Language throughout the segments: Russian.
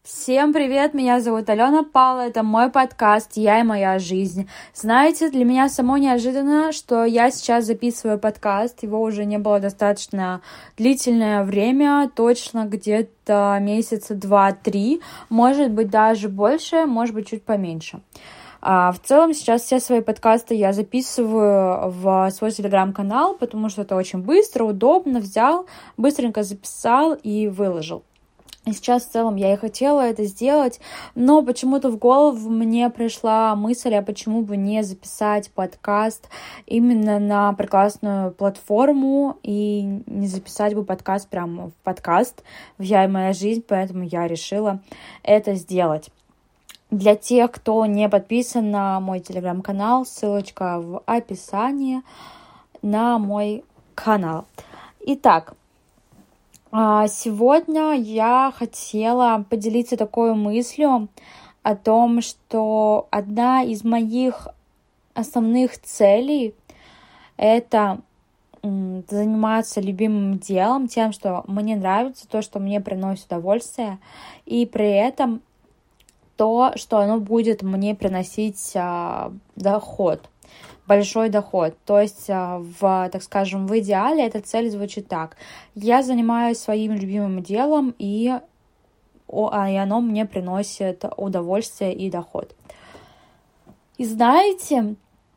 Всем привет, меня зовут Алена Павлова, это мой подкаст «Я и моя жизнь». Знаете, для меня самой неожиданно, что я сейчас записываю подкаст, его уже не было достаточно длительное время, точно где-то месяца 2-3, может быть даже больше, может быть чуть поменьше. В целом сейчас все свои подкасты я записываю в свой телеграм-канал, потому что это очень быстро, удобно, взял, быстренько записал и выложил. И сейчас в целом я и хотела это сделать, но почему-то в голову мне пришла мысль, а почему бы не записать подкаст именно на прекрасную платформу и не записать бы подкаст прямо в подкаст в «Я и моя жизнь», поэтому я решила это сделать. Для тех, кто не подписан на мой телеграм-канал, ссылочка в описании на мой канал. Итак, сегодня я хотела поделиться такой мыслью о том, что одна из моих основных целей — это заниматься любимым делом, тем, что мне нравится, то, что мне приносит удовольствие, и при этом то, что оно будет мне приносить доход. Большой доход. То есть, так скажем, в идеале эта цель звучит так. Я занимаюсь своим любимым делом, и оно мне приносит удовольствие и доход. И знаете,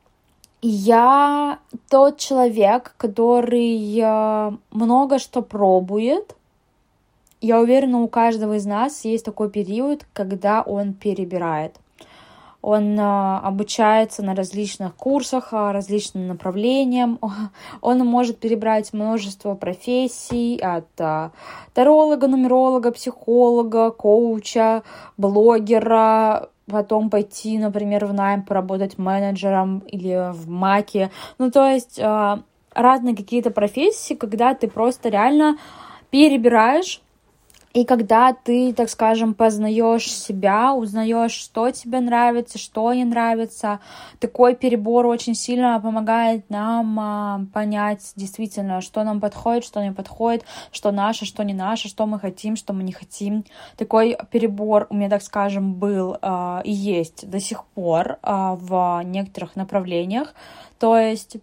я тот человек, который много что пробует. Я уверена, у каждого из нас есть такой период, когда он перебирает. Он обучается на различных курсах, различным направлениям. Он может перебрать множество профессий от таролога, нумеролога, психолога, коуча, блогера, потом пойти, например, в найм, поработать менеджером или в МАКе. То есть разные какие-то профессии, когда ты просто реально перебираешь. И когда ты, так скажем, познаешь себя, узнаешь, что тебе нравится, что не нравится, такой перебор очень сильно помогает нам понять действительно, что нам подходит, что не подходит, что наше, что не наше, что мы хотим, что мы не хотим. Такой перебор у меня, так скажем, был и есть до сих пор в некоторых направлениях. То есть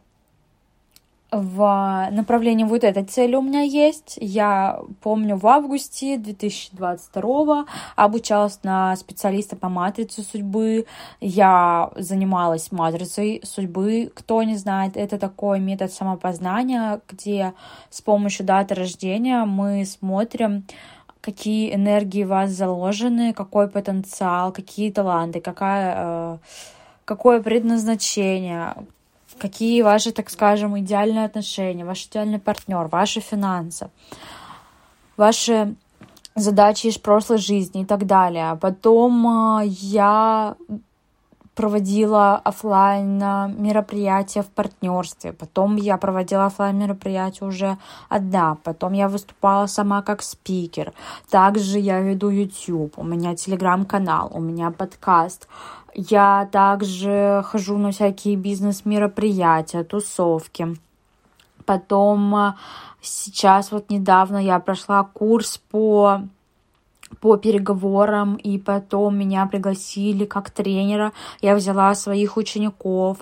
в направлении вот этой цели у меня есть. Я помню, в августе 2022 обучалась на специалиста по матрице судьбы. Я занималась матрицей судьбы. Кто не знает, это такой метод самопознания, где с помощью даты рождения мы смотрим, какие энергии в вас заложены, какой потенциал, какие таланты, какое предназначение, какие ваши, так скажем, идеальные отношения, ваш идеальный партнер, ваши финансы, ваши задачи из прошлой жизни и так далее. Потом я проводила офлайн мероприятия в партнерстве, потом я проводила офлайн мероприятия уже одна, потом я выступала сама как спикер, также я веду YouTube, у меня телеграм-канал, у меня подкаст, я также хожу на всякие бизнес-мероприятия, тусовки. Потом сейчас вот недавно я прошла курс по переговорам, и потом меня пригласили как тренера. Я взяла своих учеников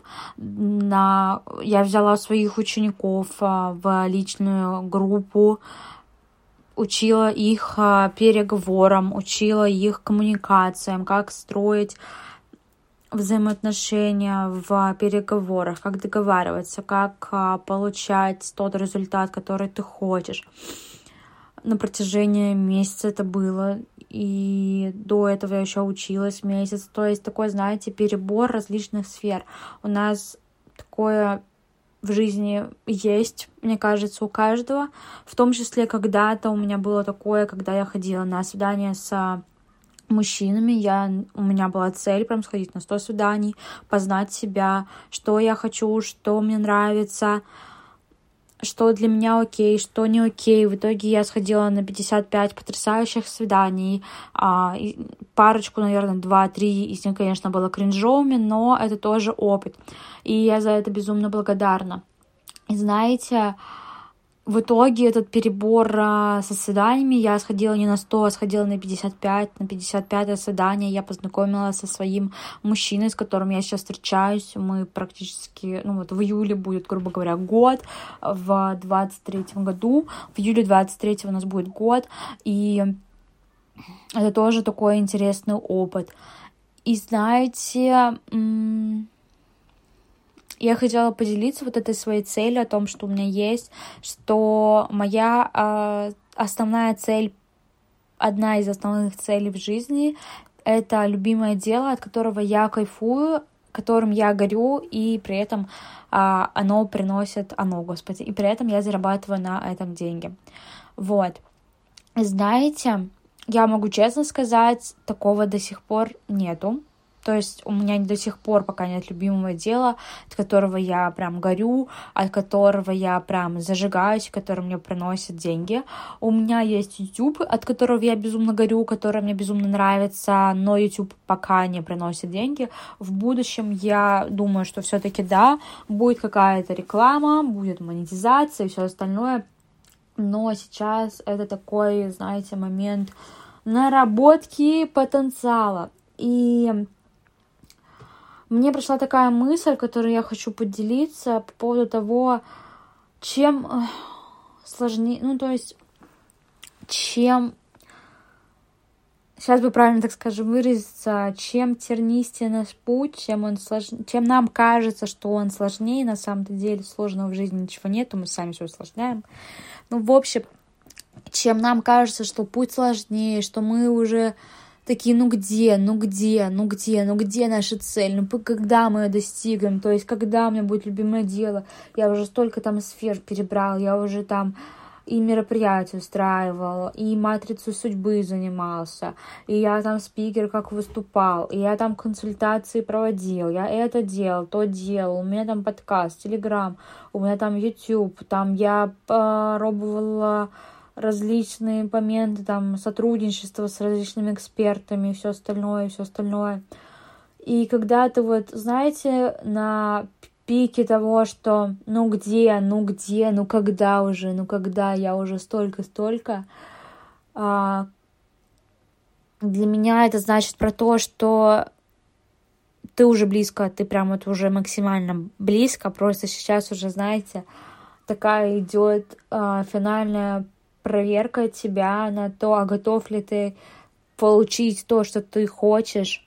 в личную группу, учила их переговорам, учила их коммуникациям, как строить взаимоотношения в переговорах, как договариваться, как получать тот результат, который ты хочешь. На протяжении месяца это было, и до этого я еще училась месяц. То есть такой, знаете, перебор различных сфер. У нас такое в жизни есть, мне кажется, у каждого. В том числе когда-то у меня было такое, когда я ходила на свидание с мужчинами, у меня была цель прям сходить на 100 свиданий, познать себя, что я хочу, что мне нравится, что для меня окей, что не окей. В итоге я сходила на 55 потрясающих свиданий, парочку, наверное, 2-3 из них, конечно, было кринжовыми, но это тоже опыт, и я за это безумно благодарна. И знаете, в итоге этот перебор со свиданиями, я сходила не на 100, а сходила на 55. На 55-е свидание я познакомилась со своим мужчиной, с которым я сейчас встречаюсь. Мы практически, в июле будет, грубо говоря, год. В 23-м году, в июле 23-го у нас будет год. И это тоже такой интересный опыт. И знаете, я хотела поделиться вот этой своей целью, о том, что у меня есть, что моя основная цель, одна из основных целей в жизни, это любимое дело, от которого я кайфую, которым я горю, и при этом и при этом я зарабатываю на этом деньги. Вот. Знаете, я могу честно сказать, такого до сих пор нету. То есть у меня до сих пор пока нет любимого дела, от которого я прям горю, от которого я прям зажигаюсь, который мне приносит деньги. У меня есть YouTube, от которого я безумно горю, который мне безумно нравится, но YouTube пока не приносит деньги. В будущем я думаю, что все-таки да, будет какая-то реклама, будет монетизация и все остальное. Но сейчас это такой, знаете, момент наработки потенциала. И мне пришла такая мысль, которую я хочу поделиться по поводу того, чем сложнее, чем, сейчас бы правильно так скажем, выразиться, чем тернистее наш путь, чем нам кажется, что он сложнее, на самом-то деле сложного в жизни ничего нету, мы сами все усложняем. В общем, чем нам кажется, что путь сложнее, что мы уже такие, где наша цель, когда мы ее достигнем, то есть когда у меня будет любимое дело, я уже столько там сфер перебрал, я уже там и мероприятия устраивал, и матрицу судьбы занимался, и я там спикер как выступал, и я там консультации проводил, я это делал, то делал, у меня там подкаст, Телеграм, у меня там YouTube, там я пробовала различные моменты, там, сотрудничество с различными экспертами и все остальное. И когда ты знаете, на пике того, что когда я уже столько, для меня это значит про то, что ты уже близко, ты прям уже максимально близко, просто сейчас уже, знаете, такая идет финальная проверка тебя на то, а готов ли ты получить то, что ты хочешь,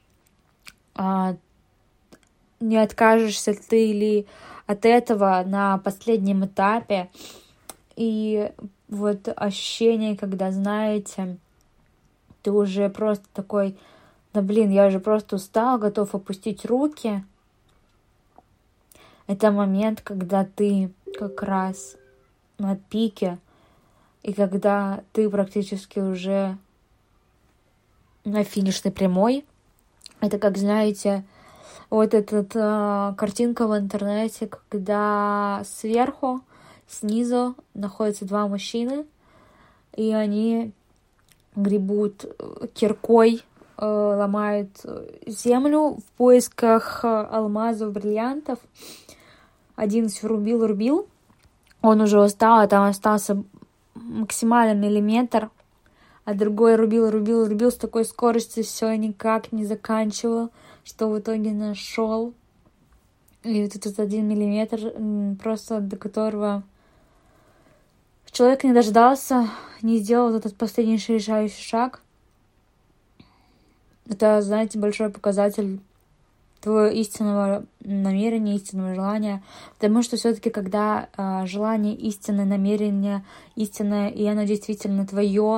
не откажешься ты ли от этого на последнем этапе. И ощущение, когда, знаете, ты уже просто такой, я уже просто устал, готов опустить руки. Это момент, когда ты как раз на пике, и когда ты практически уже на финишной прямой. Это как, знаете, картинка в интернете, когда снизу находятся два мужчины, и они гребут киркой, ломают землю в поисках алмазов, бриллиантов. Один все рубил, он уже устал, а там остался максимально миллиметр, а другой рубил с такой скоростью, все никак не заканчивал, что в итоге нашел. И этот 1 миллиметр, просто до которого человек не дождался, не сделал этот последний решающий шаг. Это, знаете, большой показатель твоего истинного намерения, истинного желания. Потому что все-таки, когда желание истинное, намерение истинное, и оно действительно твое,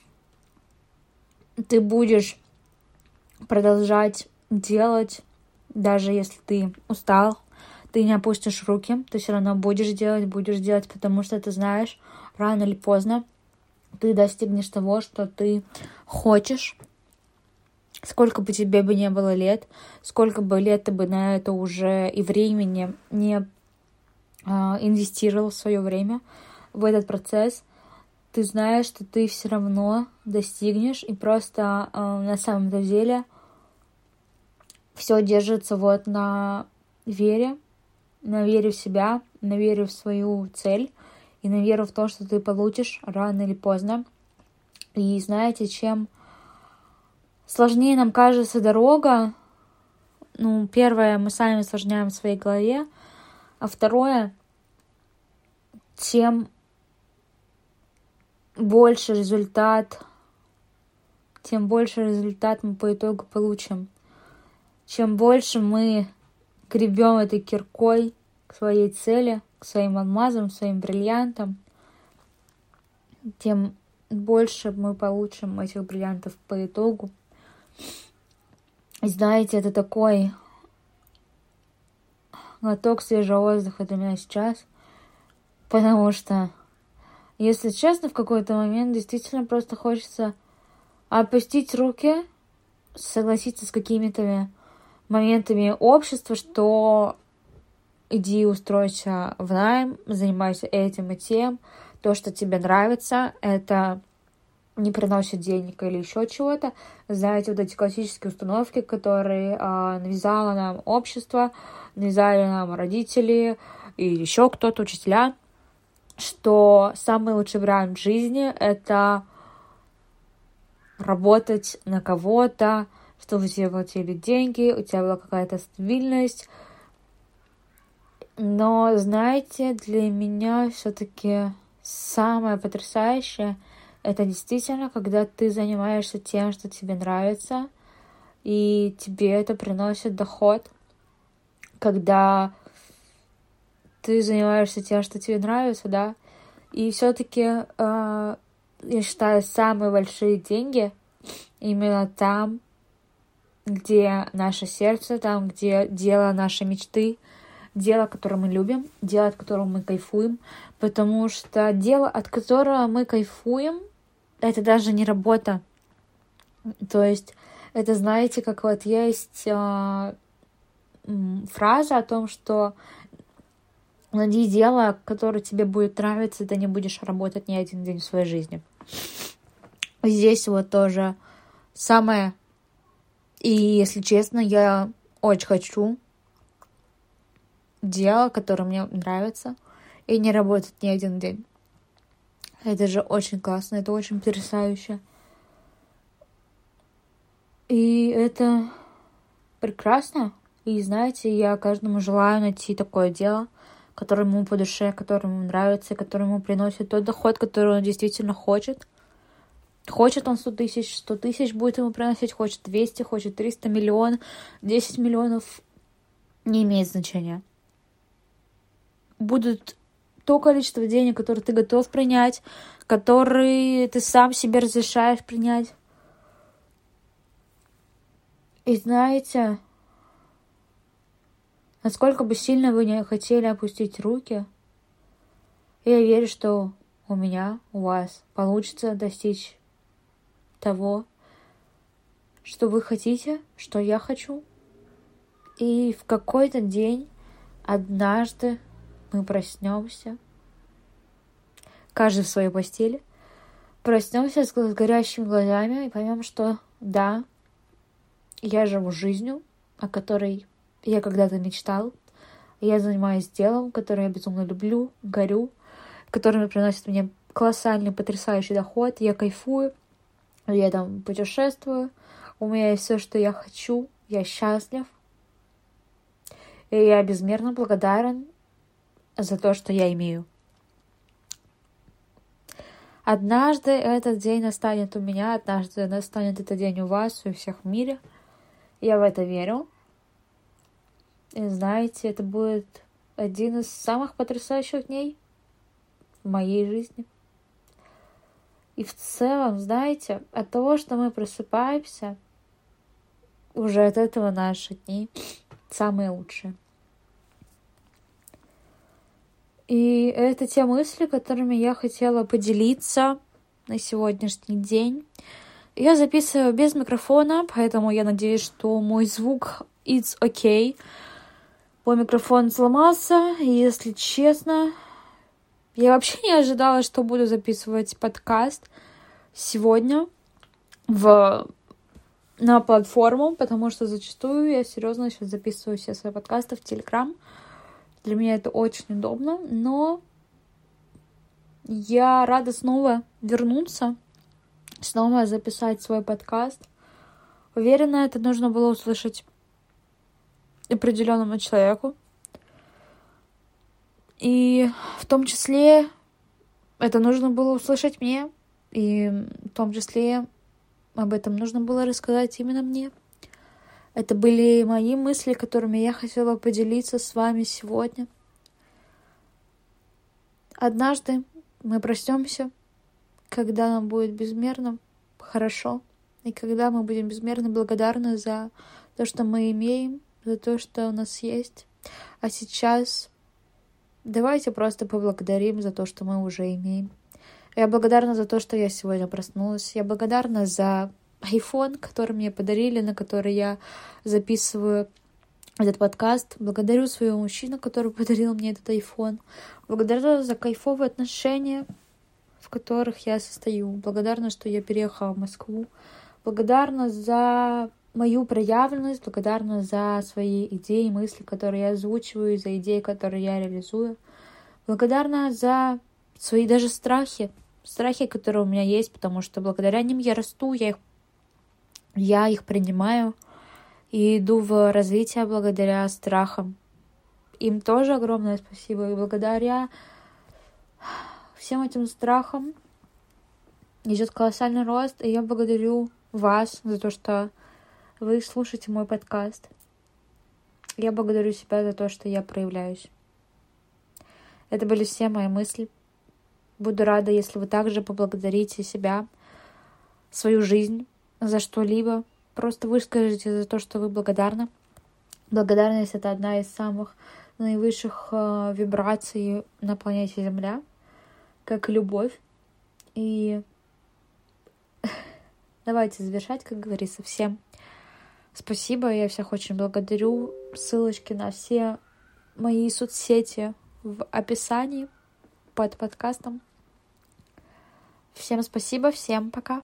ты будешь продолжать делать, даже если ты устал, ты не опустишь руки, ты все равно будешь делать, потому что ты знаешь, рано или поздно ты достигнешь того, что ты хочешь. Сколько бы тебе бы не было лет, сколько бы лет ты бы на это уже и времени не инвестировал в свое время в этот процесс, ты знаешь, что ты все равно достигнешь, и просто на самом-то деле все держится на вере в себя, на вере в свою цель и на веру в то, что ты получишь рано или поздно. И знаете, чем сложнее нам кажется дорога, первое, мы сами усложняем в своей голове, а второе, тем больше результат мы по итогу получим. Чем больше мы гребем этой киркой к своей цели, к своим алмазам, к своим бриллиантам, тем больше мы получим этих бриллиантов по итогу. И знаете, это такой глоток свежего воздуха для меня сейчас, потому что, если честно, в какой-то момент действительно просто хочется опустить руки, согласиться с какими-то моментами общества, что иди устройся в найм, занимайся этим и тем, то, что тебе нравится, это не приносит денег или еще чего-то. Знаете, вот эти классические установки, которые навязало нам общество, навязали нам родители и еще кто-то, учителя, что самый лучший вариант жизни — это работать на кого-то, чтобы тебе платили деньги, у тебя была какая-то стабильность. Но, знаете, для меня все-таки самое потрясающее — это действительно, когда ты занимаешься тем, что тебе нравится, и тебе это приносит доход. Когда ты занимаешься тем, что тебе нравится, да. И все-таки, я считаю, самые большие деньги именно там, где наше сердце, там, где дело нашей мечты, дело, которое мы любим, дело, от которого мы кайфуем, потому что дело, от которого мы кайфуем, это даже не работа. То есть, это, знаете, как вот есть фраза о том, что найди дело, которое тебе будет нравиться, и ты не будешь работать ни один день в своей жизни. Здесь вот тоже самое. И, если честно, я очень хочу дело, которое мне нравится, и не работать ни один день. Это же очень классно, это очень потрясающе. И это прекрасно. И знаете, я каждому желаю найти такое дело, которое ему по душе, которое ему нравится, которое ему приносит тот доход, который он действительно хочет. Хочет он 100 тысяч будет ему приносить, хочет 200, хочет 300, миллион, 10 миллионов, не имеет значения. Будет то количество денег, которое ты готов принять, которые ты сам себе разрешаешь принять. И знаете, насколько бы сильно вы не хотели опустить руки, я верю, что у меня, у вас получится достичь того, что вы хотите, что я хочу. И в какой-то день, однажды, мы проснемся, каждый в своей постели, проснемся с горящими глазами и поймем, что да, я живу жизнью, о которой я когда-то мечтал. Я занимаюсь делом, которое я безумно люблю, горю, которое приносит мне колоссальный, потрясающий доход. Я кайфую, я там путешествую, у меня есть все, что я хочу, я счастлив. И я безмерно благодарен за то, что я имею. Однажды этот день настанет у меня, однажды настанет этот день у вас, у всех в мире. Я в это верю. И знаете, это будет один из самых потрясающих дней в моей жизни. И в целом, знаете, от того, что мы просыпаемся, уже от этого наши дни самые лучшие. И это те мысли, которыми я хотела поделиться на сегодняшний день. Я записываю без микрофона, поэтому я надеюсь, что мой звук it's okay. Мой микрофон сломался, и если честно, я вообще не ожидала, что буду записывать подкаст сегодня на платформу, потому что зачастую я серьезно сейчас записываю все свои подкасты в Telegram. Для меня это очень удобно, но Я рада снова вернуться, снова записать свой подкаст. Уверена, это нужно было услышать определенному человеку. И в том числе это нужно было услышать мне. И в том числе об этом нужно было рассказать именно мне. Это были мои мысли, которыми я хотела поделиться с вами сегодня. Однажды мы проснемся, когда нам будет безмерно хорошо, и когда мы будем безмерно благодарны за то, что мы имеем, за то, что у нас есть. А сейчас давайте просто поблагодарим за то, что мы уже имеем. Я благодарна за то, что я сегодня проснулась. Я благодарна за iPhone, который мне подарили, на который я записываю этот подкаст. Благодарю своего мужчину, который подарил мне этот iPhone. Благодарна за кайфовые отношения, в которых я состою. Благодарна, что я переехала в Москву. Благодарна за мою проявленность, благодарна за свои идеи, мысли, которые я озвучиваю, за идеи, которые я реализую. Благодарна за свои даже страхи, которые у меня есть, потому что благодаря ним я расту, я их принимаю и иду в развитие благодаря страхам. Им тоже огромное спасибо. И благодаря всем этим страхам идет колоссальный рост. И я благодарю вас за то, что вы слушаете мой подкаст. Я благодарю себя за то, что я проявляюсь. Это были все мои мысли. Буду рада, если вы также поблагодарите себя, свою жизнь за что-либо. Просто выскажите за то, что вы благодарны. Благодарность — это одна из самых наивысших вибраций на планете Земля, как и любовь. И давайте завершать, как говорится. Всем спасибо, я всех очень благодарю. Ссылочки на все мои соцсети в описании под подкастом. Всем спасибо, всем пока.